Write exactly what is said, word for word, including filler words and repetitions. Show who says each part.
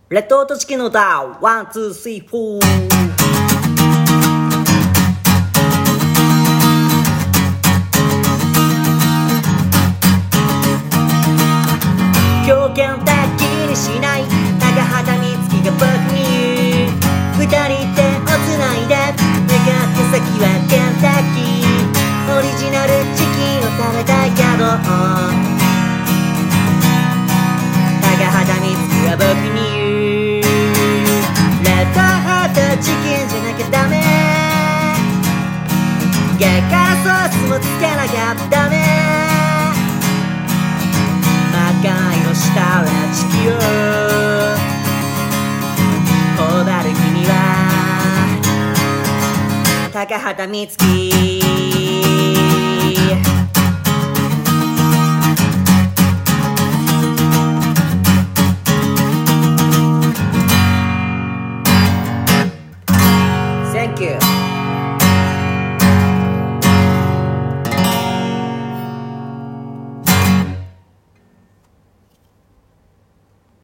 Speaker 1: レッドオートチキンの歌ワンツースリーフォー。狂犬だけにしない長畑美月が僕に言う。二人手をつないで向かって先はケンタッキー。オリジナルチキンを食べたいけど長畑美月は僕に言う。レッドホットチキンじゃなきゃダメ。激辛ソースもつけなきゃダメ。魔界の下は地球頬張る君は高畑充希。Thank you.